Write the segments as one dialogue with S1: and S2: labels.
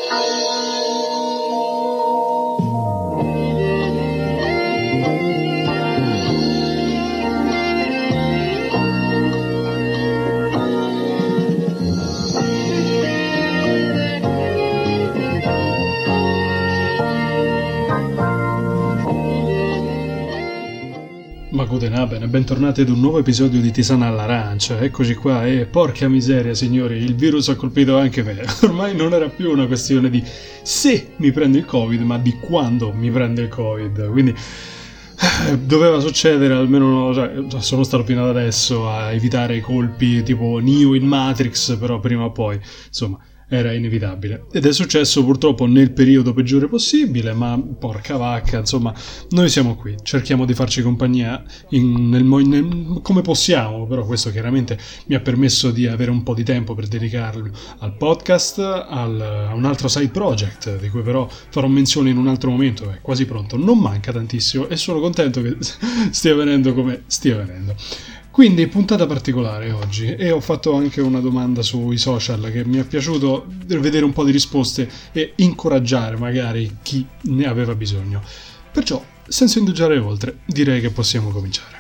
S1: Ma guten Abend, bentornati ad un nuovo episodio di Tisana all'arancia. Eccoci qua e porca miseria signori, il virus ha colpito anche me. Ormai non era più una questione di se mi prendo il Covid, ma di quando mi prende il Covid. Quindi doveva succedere, almeno sono stato fino ad adesso a evitare i colpi tipo Neo in Matrix, però prima o poi, insomma, era inevitabile. Ed è successo purtroppo nel periodo peggiore possibile, ma porca vacca, insomma, noi siamo qui, cerchiamo di farci compagnia come possiamo, però questo chiaramente mi ha permesso di avere un po' di tempo per dedicarlo al podcast, a un altro side project, di cui però farò menzione in un altro momento, è quasi pronto, non manca tantissimo e sono contento che stia venendo come stia venendo. Quindi puntata particolare oggi e ho fatto anche una domanda sui social che mi è piaciuto vedere un po' di risposte e incoraggiare magari chi ne aveva bisogno. Perciò, senza indugiare oltre, direi che possiamo cominciare.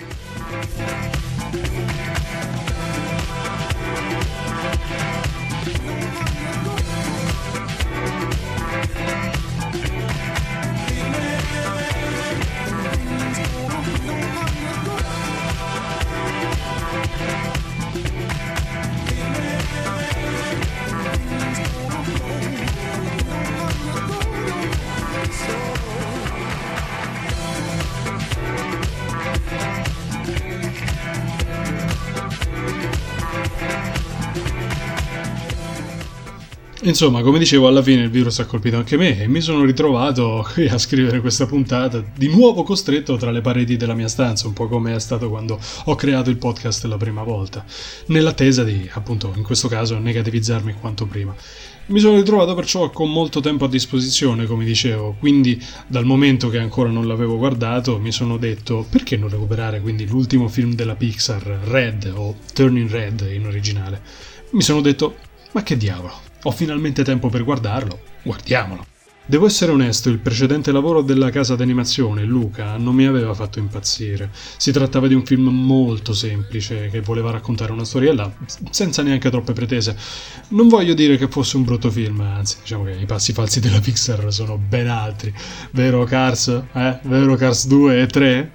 S1: Insomma, come dicevo, alla fine il virus ha colpito anche me e mi sono ritrovato qui a scrivere questa puntata, di nuovo costretto tra le pareti della mia stanza, un po' come è stato quando ho creato il podcast la prima volta, nell'attesa di, appunto, in questo caso, negativizzarmi quanto prima. Mi sono ritrovato perciò con molto tempo a disposizione, come dicevo, quindi dal momento che ancora non l'avevo guardato mi sono detto perché non recuperare quindi l'ultimo film della Pixar, Red o Turning Red in originale. Mi sono detto, ma che diavolo? Ho finalmente tempo per guardarlo, guardiamolo. Devo essere onesto, il precedente lavoro della casa d'animazione, Luca, non mi aveva fatto impazzire. Si trattava di un film molto semplice che voleva raccontare una storiella senza neanche troppe pretese. Non voglio dire che fosse un brutto film, anzi, diciamo che i passi falsi della Pixar sono ben altri. Vero Cars? Vero Cars 2 e 3?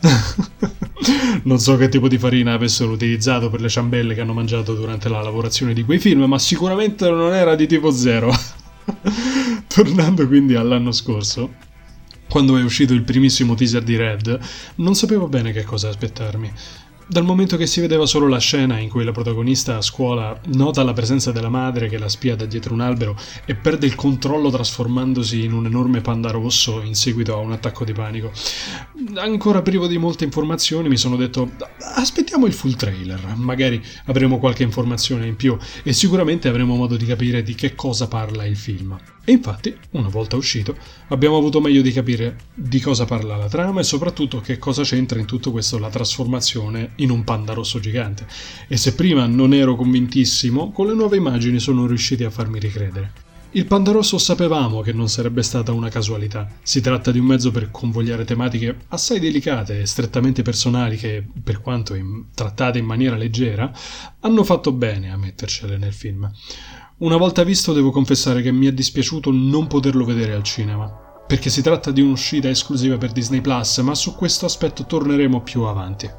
S1: Non so che tipo di farina avessero utilizzato per le ciambelle che hanno mangiato durante la lavorazione di quei film, ma sicuramente non era di tipo zero. Tornando quindi all'anno scorso, quando è uscito il primissimo teaser di Red, non sapevo bene che cosa aspettarmi. Dal momento che si vedeva solo la scena in cui la protagonista a scuola nota la presenza della madre che la spia da dietro un albero e perde il controllo trasformandosi in un enorme panda rosso in seguito a un attacco di panico. Ancora privo di molte informazioni mi sono detto aspettiamo il full trailer, magari avremo qualche informazione in più e sicuramente avremo modo di capire di che cosa parla il film. E infatti, una volta uscito, abbiamo avuto meglio di capire di cosa parla la trama e soprattutto che cosa c'entra in tutto questo la trasformazione in un panda rosso gigante. E se prima non ero convintissimo, con le nuove immagini sono riusciti a farmi ricredere. Il panda rosso sapevamo che non sarebbe stata una casualità. Si tratta di un mezzo per convogliare tematiche assai delicate e strettamente personali che, per quanto trattate in maniera leggera, hanno fatto bene a mettercele nel film. Una volta visto devo confessare che mi è dispiaciuto non poterlo vedere al cinema, perché si tratta di un'uscita esclusiva per Disney Plus, ma su questo aspetto torneremo più avanti.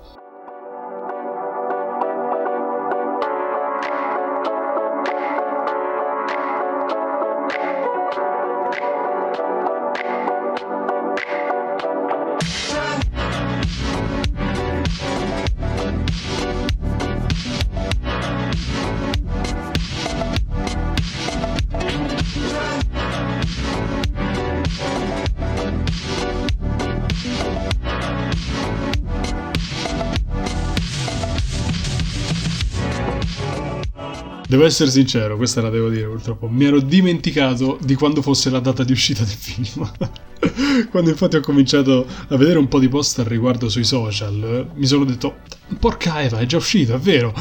S1: Devo essere sincero, questa la devo dire purtroppo, mi ero dimenticato di quando fosse la data di uscita del film. Quando infatti ho cominciato a vedere un po' di post al riguardo sui social, mi sono detto, porca Eva, è già uscito, è vero.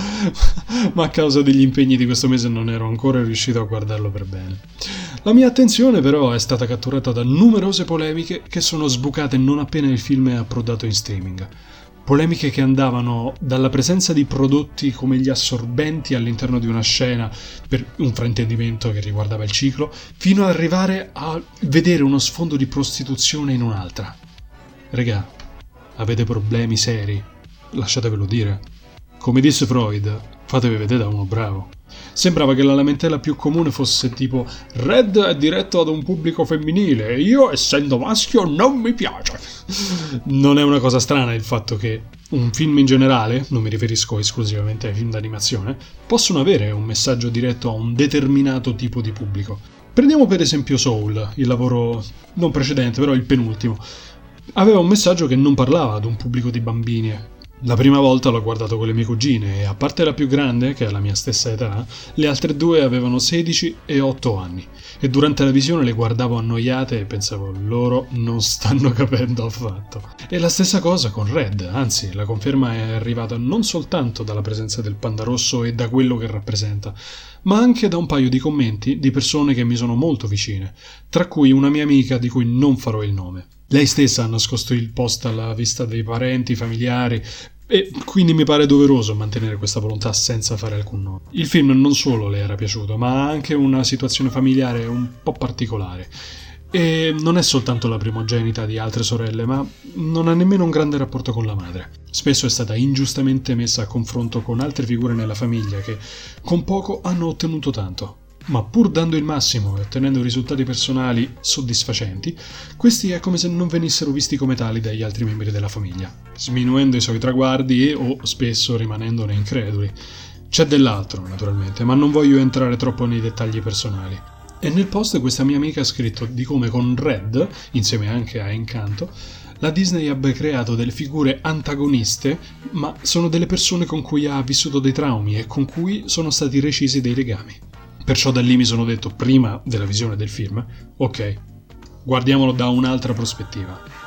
S1: Ma a causa degli impegni di questo mese non ero ancora riuscito a guardarlo per bene. La mia attenzione però è stata catturata da numerose polemiche che sono sbucate non appena il film è approdato in streaming. Polemiche che andavano dalla presenza di prodotti come gli assorbenti all'interno di una scena per un fraintendimento che riguardava il ciclo, fino ad arrivare a vedere uno sfondo di prostituzione in un'altra. Regà, avete problemi seri? Lasciatevelo dire. Come disse Freud, fatevi vedere da uno bravo. Sembrava che la lamentela più comune fosse tipo Red è diretto ad un pubblico femminile e io, essendo maschio, non mi piace. Non è una cosa strana il fatto che un film in generale, non mi riferisco esclusivamente ai film d'animazione, possono avere un messaggio diretto a un determinato tipo di pubblico. Prendiamo per esempio Soul, il lavoro non precedente, però il penultimo. Aveva un messaggio che non parlava ad un pubblico di bambini. La prima volta l'ho guardato con le mie cugine e a parte la più grande, che ha la mia stessa età, le altre due avevano 16 e 8 anni e durante la visione le guardavo annoiate e pensavo loro non stanno capendo affatto. E la stessa cosa con Red, anzi la conferma è arrivata non soltanto dalla presenza del panda rosso e da quello che rappresenta, ma anche da un paio di commenti di persone che mi sono molto vicine, tra cui una mia amica di cui non farò il nome. Lei stessa ha nascosto il post alla vista dei parenti, familiari, e quindi mi pare doveroso mantenere questa volontà senza fare alcun nome. Il film non solo le era piaciuto, ma ha anche una situazione familiare un po' particolare. E non è soltanto la primogenita di altre sorelle, ma non ha nemmeno un grande rapporto con la madre. Spesso è stata ingiustamente messa a confronto con altre figure nella famiglia che con poco hanno ottenuto tanto. Ma pur dando il massimo e ottenendo risultati personali soddisfacenti, questi è come se non venissero visti come tali dagli altri membri della famiglia, sminuendo i suoi traguardi o spesso rimanendone increduli. C'è dell'altro, naturalmente, ma non voglio entrare troppo nei dettagli personali. E nel post questa mia amica ha scritto di come con Red, insieme anche a Encanto, la Disney abbia creato delle figure antagoniste, ma sono delle persone con cui ha vissuto dei traumi e con cui sono stati recisi dei legami. Perciò da lì mi sono detto, prima della visione del film, ok, guardiamolo da un'altra prospettiva.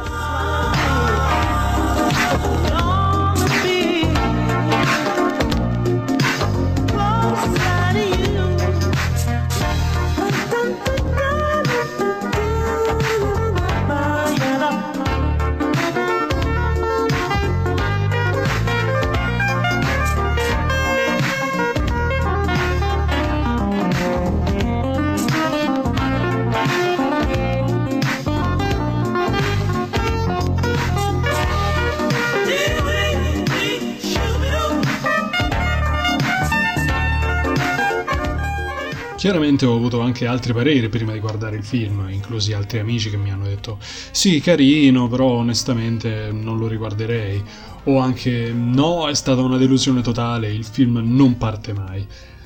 S1: Chiaramente ho avuto anche altri pareri prima di guardare il film, inclusi altri amici che mi hanno detto sì, carino, però onestamente non lo riguarderei, o anche no, è stata una delusione totale, il film non parte mai.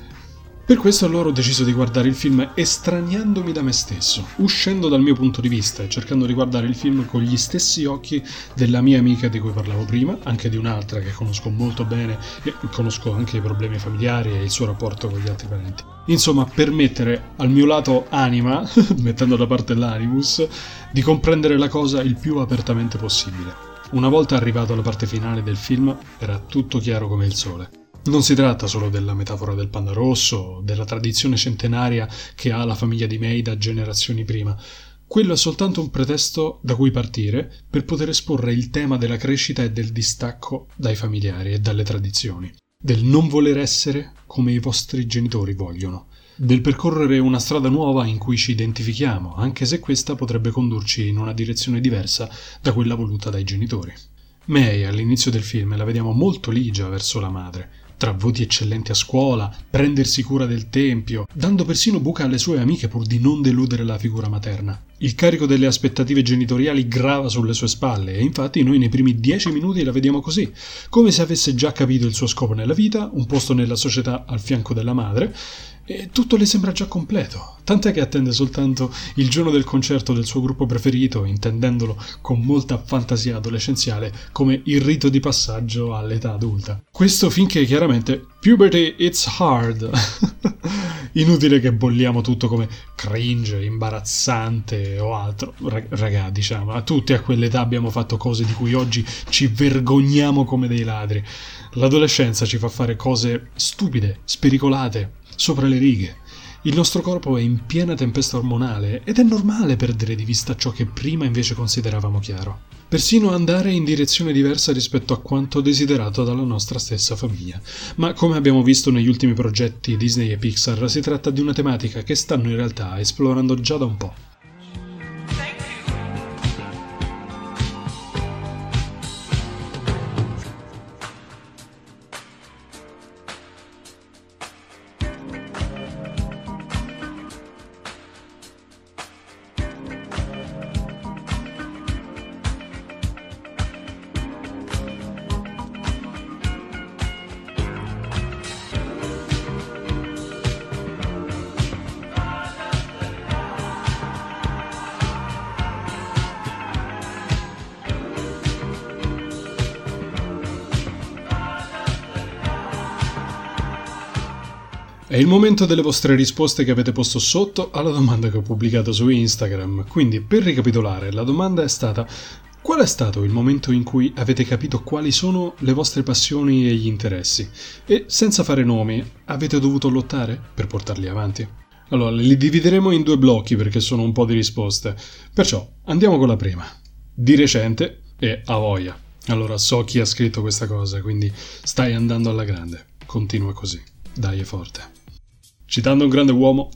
S1: Per questo allora ho deciso di guardare il film estraniandomi da me stesso, uscendo dal mio punto di vista e cercando di guardare il film con gli stessi occhi della mia amica di cui parlavo prima, anche di un'altra che conosco molto bene e conosco anche i problemi familiari e il suo rapporto con gli altri parenti. Insomma, permettere al mio lato anima, mettendo da parte l'animus, di comprendere la cosa il più apertamente possibile. Una volta arrivato alla parte finale del film, era tutto chiaro come il sole. Non si tratta solo della metafora del panda rosso, della tradizione centenaria che ha la famiglia di May da generazioni prima. Quello è soltanto un pretesto da cui partire per poter esporre il tema della crescita e del distacco dai familiari e dalle tradizioni, del non voler essere come i vostri genitori vogliono, del percorrere una strada nuova in cui ci identifichiamo, anche se questa potrebbe condurci in una direzione diversa da quella voluta dai genitori. May, all'inizio del film, la vediamo molto ligia verso la madre, tra voti eccellenti a scuola, prendersi cura del tempio, dando persino buca alle sue amiche pur di non deludere la figura materna. Il carico delle aspettative genitoriali grava sulle sue spalle e infatti noi nei primi 10 minuti la vediamo così, come se avesse già capito il suo scopo nella vita, un posto nella società al fianco della madre, e tutto le sembra già completo, tant'è che attende soltanto il giorno del concerto del suo gruppo preferito, intendendolo con molta fantasia adolescenziale come il rito di passaggio all'età adulta. Questo finché chiaramente puberty it's hard. Inutile che bolliamo tutto come cringe, imbarazzante o altro. Raga, diciamo, a tutti a quell'età abbiamo fatto cose di cui oggi ci vergogniamo come dei ladri. L'adolescenza ci fa fare cose stupide, spericolate, sopra le righe. Il nostro corpo è in piena tempesta ormonale ed è normale perdere di vista ciò che prima invece consideravamo chiaro. Persino andare in direzione diversa rispetto a quanto desiderato dalla nostra stessa famiglia. Ma come abbiamo visto negli ultimi progetti Disney e Pixar, si tratta di una tematica che stanno in realtà esplorando già da un po'. È il momento delle vostre risposte che avete posto sotto alla domanda che ho pubblicato su Instagram. Quindi, per ricapitolare, la domanda è stata: qual è stato il momento in cui avete capito quali sono le vostre passioni e gli interessi? E, senza fare nomi, avete dovuto lottare per portarli avanti? Allora, li divideremo in 2 blocchi perché sono un po' di risposte. Perciò, andiamo con la prima. Di recente e a voglia. Allora, so chi ha scritto questa cosa, quindi stai andando alla grande. Continua così. Dai, è forte. Citando un grande uomo,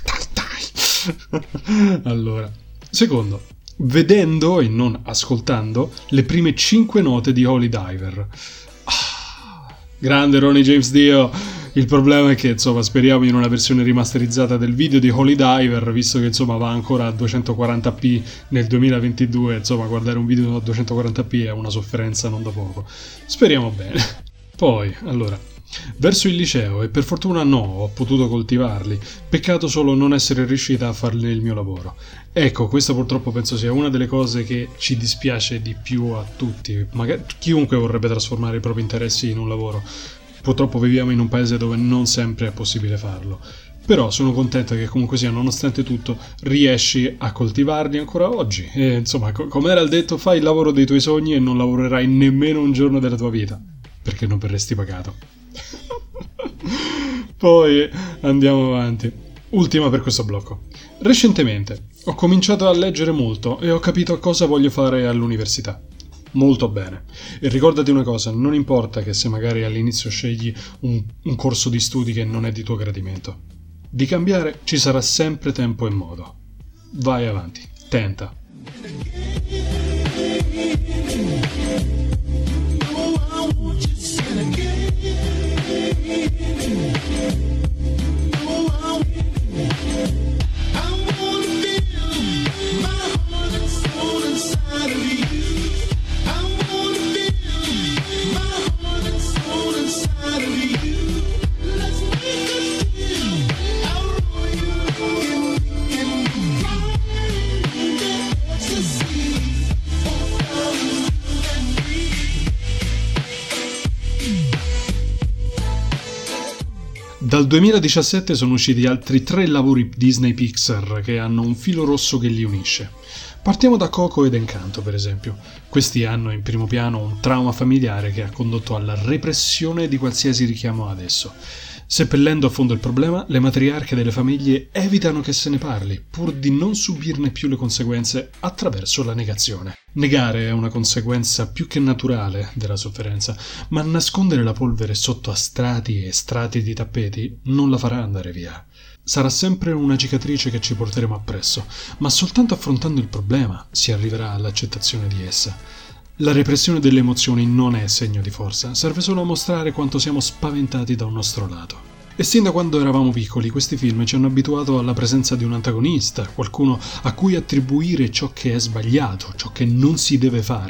S1: dai. Allora, secondo, vedendo e non ascoltando le prime 5 note di Holy Diver. Grande Ronnie James Dio. Il problema è che, insomma, speriamo in una versione rimasterizzata del video di Holy Diver, visto che, insomma, va ancora a 240p nel 2022. Insomma, guardare un video a 240p è una sofferenza non da poco. Speriamo bene. Poi, allora, verso il liceo, e per fortuna ho potuto coltivarli, peccato solo non essere riuscita a farli nel mio lavoro. Ecco, questa purtroppo penso sia una delle cose che ci dispiace di più a tutti, magari chiunque vorrebbe trasformare i propri interessi in un lavoro. Purtroppo viviamo in un paese dove non sempre è possibile farlo. Però sono contento che comunque sia, nonostante tutto, riesci a coltivarli ancora oggi. E insomma, come era il detto, fai il lavoro dei tuoi sogni e non lavorerai nemmeno un giorno della tua vita, perché non verresti pagato. Poi andiamo avanti. Ultima per questo blocco. Recentemente ho cominciato a leggere molto e ho capito cosa voglio fare all'università. Molto bene. E ricordati una cosa, non importa che se magari all'inizio scegli un corso di studi che non è di tuo gradimento. Di cambiare ci sarà sempre tempo e modo. Vai avanti, tenta. Dal 2017 sono usciti altri 3 lavori Disney Pixar che hanno un filo rosso che li unisce. Partiamo da Coco ed Encanto, per esempio. Questi hanno in primo piano un trauma familiare che ha condotto alla repressione di qualsiasi richiamo ad esso. Seppellendo a fondo il problema, le matriarche delle famiglie evitano che se ne parli, pur di non subirne più le conseguenze attraverso la negazione. Negare è una conseguenza più che naturale della sofferenza, ma nascondere la polvere sotto a strati e strati di tappeti non la farà andare via. Sarà sempre una cicatrice che ci porteremo appresso, ma soltanto affrontando il problema si arriverà all'accettazione di essa. La repressione delle emozioni non è segno di forza, serve solo a mostrare quanto siamo spaventati da un nostro lato. E sin da quando eravamo piccoli questi film ci hanno abituato alla presenza di un antagonista, qualcuno a cui attribuire ciò che è sbagliato, ciò che non si deve fare.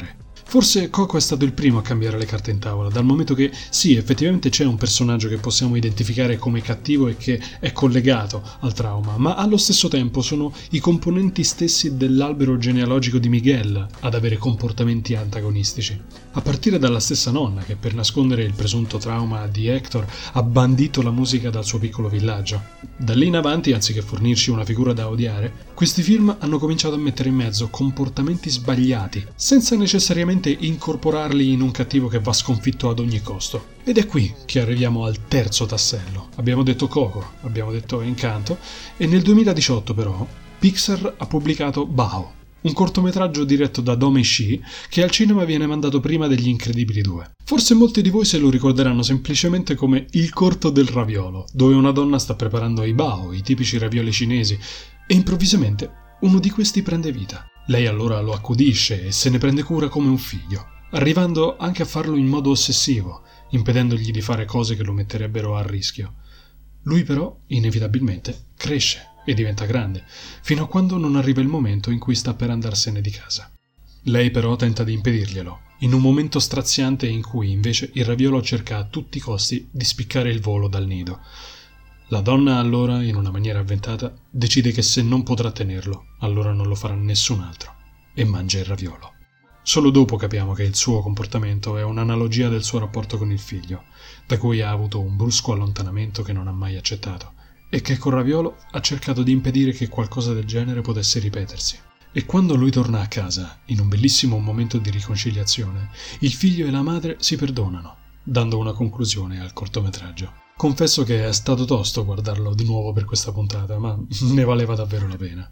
S1: Forse Coco è stato il primo a cambiare le carte in tavola, dal momento che sì, effettivamente c'è un personaggio che possiamo identificare come cattivo e che è collegato al trauma, ma allo stesso tempo sono i componenti stessi dell'albero genealogico di Miguel ad avere comportamenti antagonistici. A partire dalla stessa nonna che per nascondere il presunto trauma di Hector ha bandito la musica dal suo piccolo villaggio. Da lì in avanti, anziché fornirci una figura da odiare, questi film hanno cominciato a mettere in mezzo comportamenti sbagliati, senza necessariamente incorporarli in un cattivo che va sconfitto ad ogni costo. Ed è qui che arriviamo al terzo tassello. Abbiamo detto Coco, abbiamo detto Encanto, e nel 2018 però Pixar ha pubblicato Bao, un cortometraggio diretto da Domee Shi che al cinema viene mandato prima degli Incredibili 2. Forse molti di voi se lo ricorderanno semplicemente come il corto del raviolo, dove una donna sta preparando i bao, i tipici ravioli cinesi, e improvvisamente uno di questi prende vita. Lei allora lo accudisce e se ne prende cura come un figlio, arrivando anche a farlo in modo ossessivo, impedendogli di fare cose che lo metterebbero a rischio. Lui però, inevitabilmente, cresce e diventa grande, fino a quando non arriva il momento in cui sta per andarsene di casa. Lei però tenta di impedirglielo, in un momento straziante in cui invece il raviolo cerca a tutti i costi di spiccare il volo dal nido. La donna allora, in una maniera avventata, decide che se non potrà tenerlo, allora non lo farà nessun altro, e mangia il raviolo. Solo dopo capiamo che il suo comportamento è un'analogia del suo rapporto con il figlio, da cui ha avuto un brusco allontanamento che non ha mai accettato, e che col raviolo ha cercato di impedire che qualcosa del genere potesse ripetersi. E quando lui torna a casa, in un bellissimo momento di riconciliazione, il figlio e la madre si perdonano, dando una conclusione al cortometraggio. Confesso che è stato tosto guardarlo di nuovo per questa puntata, ma ne valeva davvero la pena.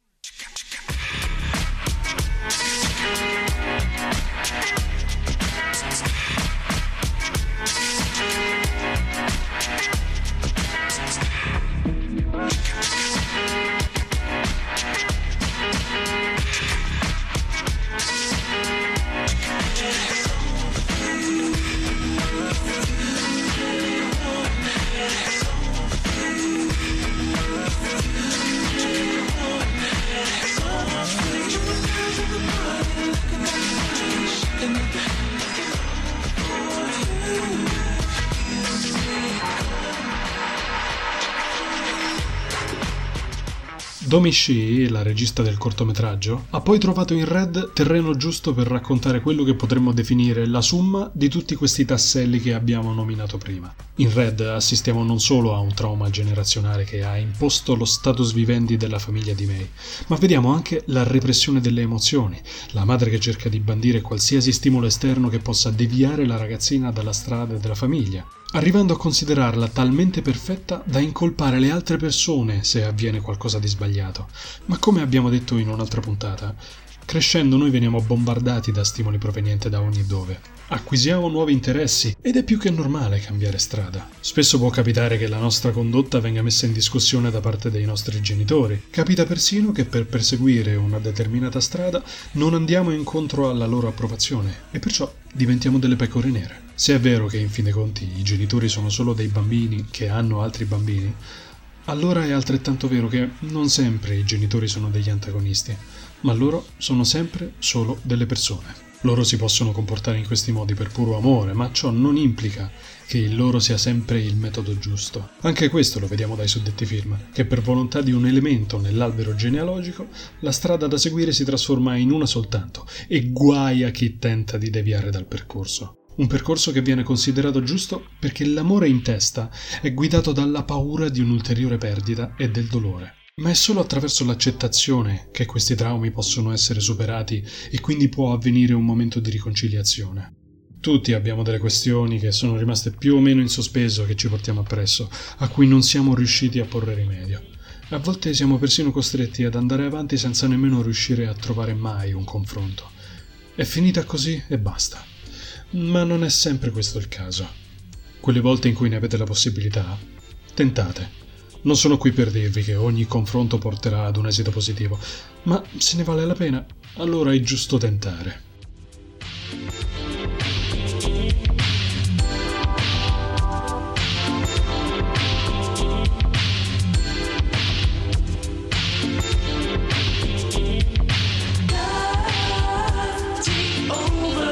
S1: Domee Shi, la regista del cortometraggio, ha poi trovato in Red terreno giusto per raccontare quello che potremmo definire la summa di tutti questi tasselli che abbiamo nominato prima. In Red assistiamo non solo a un trauma generazionale che ha imposto lo status vivendi della famiglia di May, ma vediamo anche la repressione delle emozioni, la madre che cerca di bandire qualsiasi stimolo esterno che possa deviare la ragazzina dalla strada della famiglia, arrivando a considerarla talmente perfetta da incolpare le altre persone se avviene qualcosa di sbagliato. Ma come abbiamo detto in un'altra puntata, crescendo noi veniamo bombardati da stimoli provenienti da ogni dove. Acquisiamo nuovi interessi ed è più che normale cambiare strada. Spesso può capitare che la nostra condotta venga messa in discussione da parte dei nostri genitori. Capita persino che per perseguire una determinata strada non andiamo incontro alla loro approvazione e perciò diventiamo delle pecore nere. Se è vero che in fin dei conti i genitori sono solo dei bambini che hanno altri bambini, allora è altrettanto vero che non sempre i genitori sono degli antagonisti, ma loro sono sempre solo delle persone. Loro si possono comportare in questi modi per puro amore, ma ciò non implica che il loro sia sempre il metodo giusto. Anche questo lo vediamo dai suddetti film, che per volontà di un elemento nell'albero genealogico, la strada da seguire si trasforma in una soltanto, e guai a chi tenta di deviare dal percorso. Un percorso che viene considerato giusto perché l'amore in testa è guidato dalla paura di un'ulteriore perdita e del dolore. Ma è solo attraverso l'accettazione che questi traumi possono essere superati e quindi può avvenire un momento di riconciliazione. Tutti abbiamo delle questioni che sono rimaste più o meno in sospeso che ci portiamo appresso, a cui non siamo riusciti a porre rimedio. A volte siamo persino costretti ad andare avanti senza nemmeno riuscire a trovare mai un confronto. È finita così e basta. Ma non è sempre questo il caso. Quelle volte in cui ne avete la possibilità, tentate. Non sono qui per dirvi che ogni confronto porterà ad un esito positivo, ma se ne vale la pena, allora è giusto tentare.
S2: Over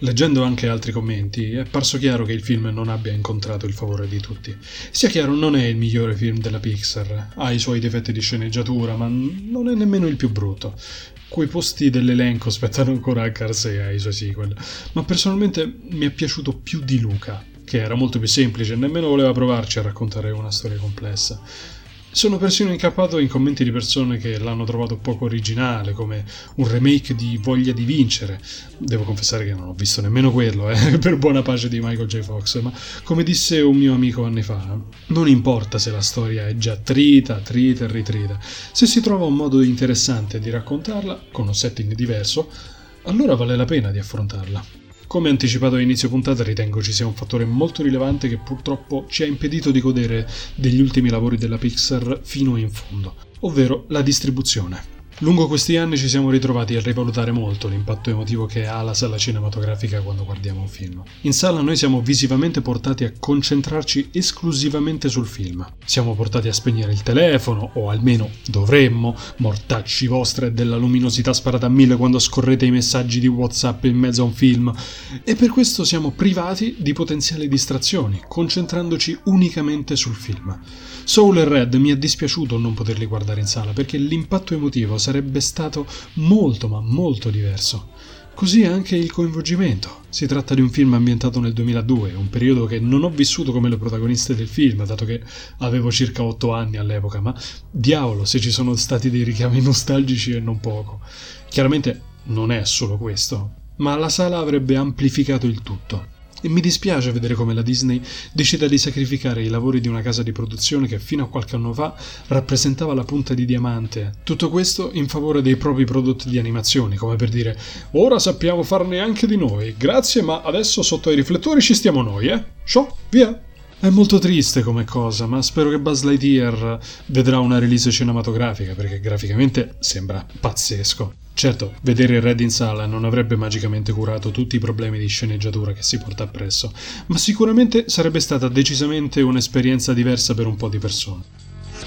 S1: Leggendo anche altri commenti, è parso chiaro che il film non abbia incontrato il favore di tutti. Sia chiaro, non è il migliore film della Pixar, ha i suoi difetti di sceneggiatura, ma non è nemmeno il più brutto. Quei posti dell'elenco spettano ancora a Cars e ai suoi sequel, ma personalmente mi è piaciuto più di Luca, che era molto più semplice e nemmeno voleva provarci a raccontare una storia complessa. Sono persino incappato in commenti di persone che l'hanno trovato poco originale, come un remake di Voglia di vincere. Devo confessare che non ho visto nemmeno quello, per buona pace di Michael J. Fox, ma come disse un mio amico anni fa, non importa se la storia è già trita e ritrita, se si trova un modo interessante di raccontarla, con un setting diverso, allora vale la pena di affrontarla. Come anticipato a inizio puntata, ritengo ci sia un fattore molto rilevante che purtroppo ci ha impedito di godere degli ultimi lavori della Pixar fino in fondo, ovvero la distribuzione. Lungo questi anni ci siamo ritrovati a rivalutare molto l'impatto emotivo che ha la sala cinematografica quando guardiamo un film. In sala noi siamo visivamente portati a concentrarci esclusivamente sul film. Siamo portati a spegnere il telefono, o almeno dovremmo, mortacci vostre della luminosità sparata a 1000 quando scorrete i messaggi di WhatsApp in mezzo a un film, e per questo siamo privati di potenziali distrazioni, concentrandoci unicamente sul film. Soul e Red mi è dispiaciuto non poterli guardare in sala perché l'impatto emotivo sarebbe stato molto ma molto diverso. Così anche il coinvolgimento. Si tratta di un film ambientato nel 2002, un periodo che non ho vissuto come le protagoniste del film, dato che avevo circa 8 anni all'epoca, ma diavolo se ci sono stati dei richiami nostalgici e non poco. Chiaramente non è solo questo, ma la sala avrebbe amplificato il tutto. E mi dispiace vedere come la Disney decida di sacrificare i lavori di una casa di produzione che fino a qualche anno fa rappresentava la punta di diamante. Tutto questo in favore dei propri prodotti di animazione, come per dire «Ora sappiamo farne anche di noi, grazie, ma adesso sotto ai riflettori ci stiamo noi, Show, via!» È molto triste come cosa, ma spero che Buzz Lightyear vedrà una release cinematografica, perché graficamente sembra pazzesco. Certo, vedere Red in sala non avrebbe magicamente curato tutti i problemi di sceneggiatura che si porta appresso, ma sicuramente sarebbe stata decisamente un'esperienza diversa per un po' di persone.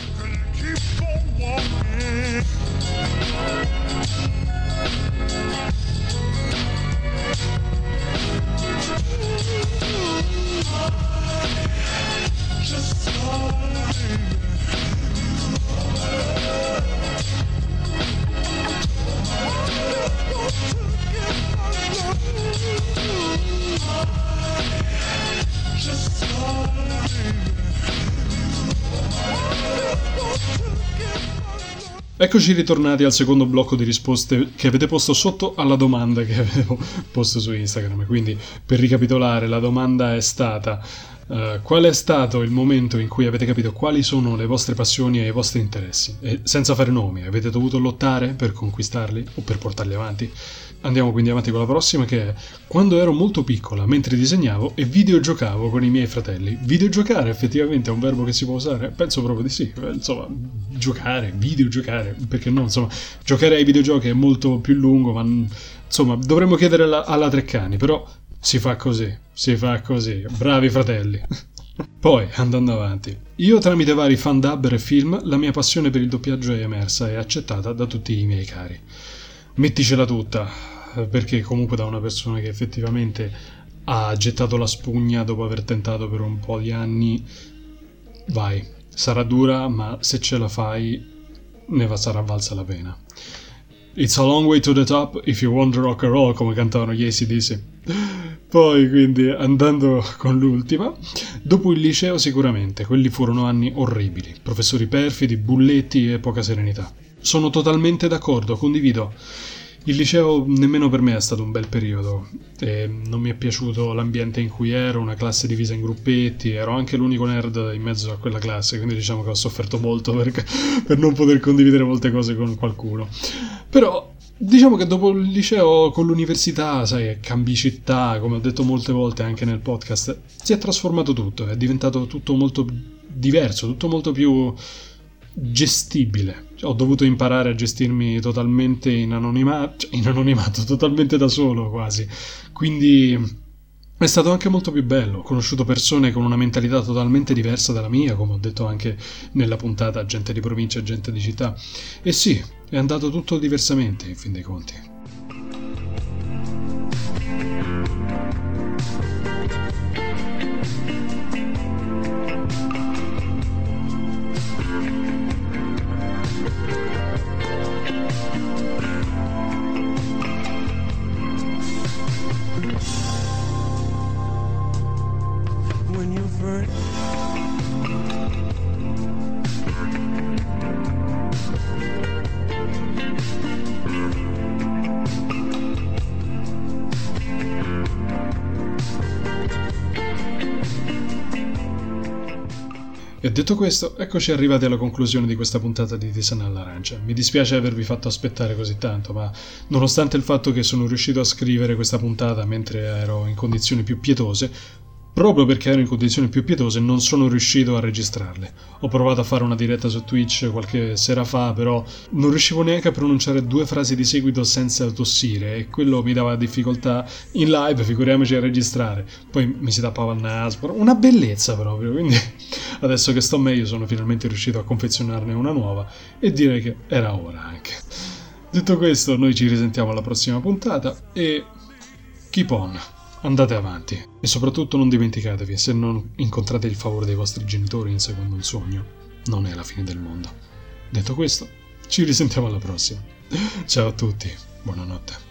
S1: Eccoci ritornati al secondo blocco di risposte che avete posto sotto alla domanda che avevo posto su Instagram. Quindi, per ricapitolare, la domanda è stata qual è stato il momento in cui avete capito quali sono le vostre passioni e i vostri interessi? E senza fare nomi, avete dovuto lottare per conquistarli o per portarli avanti? Andiamo quindi avanti con la prossima, che è quando ero molto piccola, mentre disegnavo e videogiocavo con i miei fratelli. Videogiocare effettivamente è un verbo che si può usare? Penso proprio di sì. Insomma, giocare, videogiocare, perché no? Insomma, giocare ai videogiochi è molto più lungo, ma insomma, dovremmo chiedere alla Treccani, però si fa così. Bravi fratelli. Poi, andando avanti, io tramite vari fandubber e film, la mia passione per il doppiaggio è emersa e accettata da tutti i miei cari. Metticela tutta, perché comunque da una persona che effettivamente ha gettato la spugna dopo aver tentato per un po' di anni, vai, sarà dura, ma se ce la fai sarà valsa la pena. It's a long way to the top if you want rock and roll, come cantavano gli AC/DC. Poi, quindi, andando con l'ultima, dopo il liceo sicuramente, quelli furono anni orribili, professori perfidi, bulletti e poca serenità. Sono totalmente d'accordo, condivido. Il liceo nemmeno per me è stato un bel periodo e non mi è piaciuto l'ambiente in cui ero, una classe divisa in gruppetti, ero anche l'unico nerd in mezzo a quella classe, quindi diciamo che ho sofferto molto per non poter condividere molte cose con qualcuno. Però diciamo che dopo il liceo con l'università, sai, cambi città, come ho detto molte volte anche nel podcast, si è trasformato tutto, è diventato tutto molto diverso, tutto molto più gestibile. Ho dovuto imparare a gestirmi totalmente in anonimato, totalmente da solo quasi. Quindi è stato anche molto più bello. Ho conosciuto persone con una mentalità totalmente diversa dalla mia, come ho detto anche nella puntata, gente di provincia e gente di città. E sì, è andato tutto diversamente in fin dei conti.
S2: comfort.
S1: E detto questo, eccoci arrivati alla conclusione di questa puntata di Tisana all'Arancia. Mi dispiace avervi fatto aspettare così tanto, ma nonostante il fatto che sono riuscito a scrivere questa puntata mentre ero in condizioni più pietose, proprio perché ero in condizioni più pietose non sono riuscito a registrarle. Ho provato a fare una diretta su Twitch qualche sera fa, però non riuscivo neanche a pronunciare 2 frasi di seguito senza tossire e quello mi dava difficoltà in live, figuriamoci a registrare. Poi mi si tappava il naso, una bellezza proprio, quindi adesso che sto meglio sono finalmente riuscito a confezionarne una nuova e direi che era ora anche. Detto questo, noi ci risentiamo alla prossima puntata e keep on! Andate avanti e soprattutto non dimenticatevi, se non incontrate il favore dei vostri genitori inseguendo un sogno, non è la fine del mondo. Detto questo, ci risentiamo alla prossima. Ciao a tutti, buonanotte.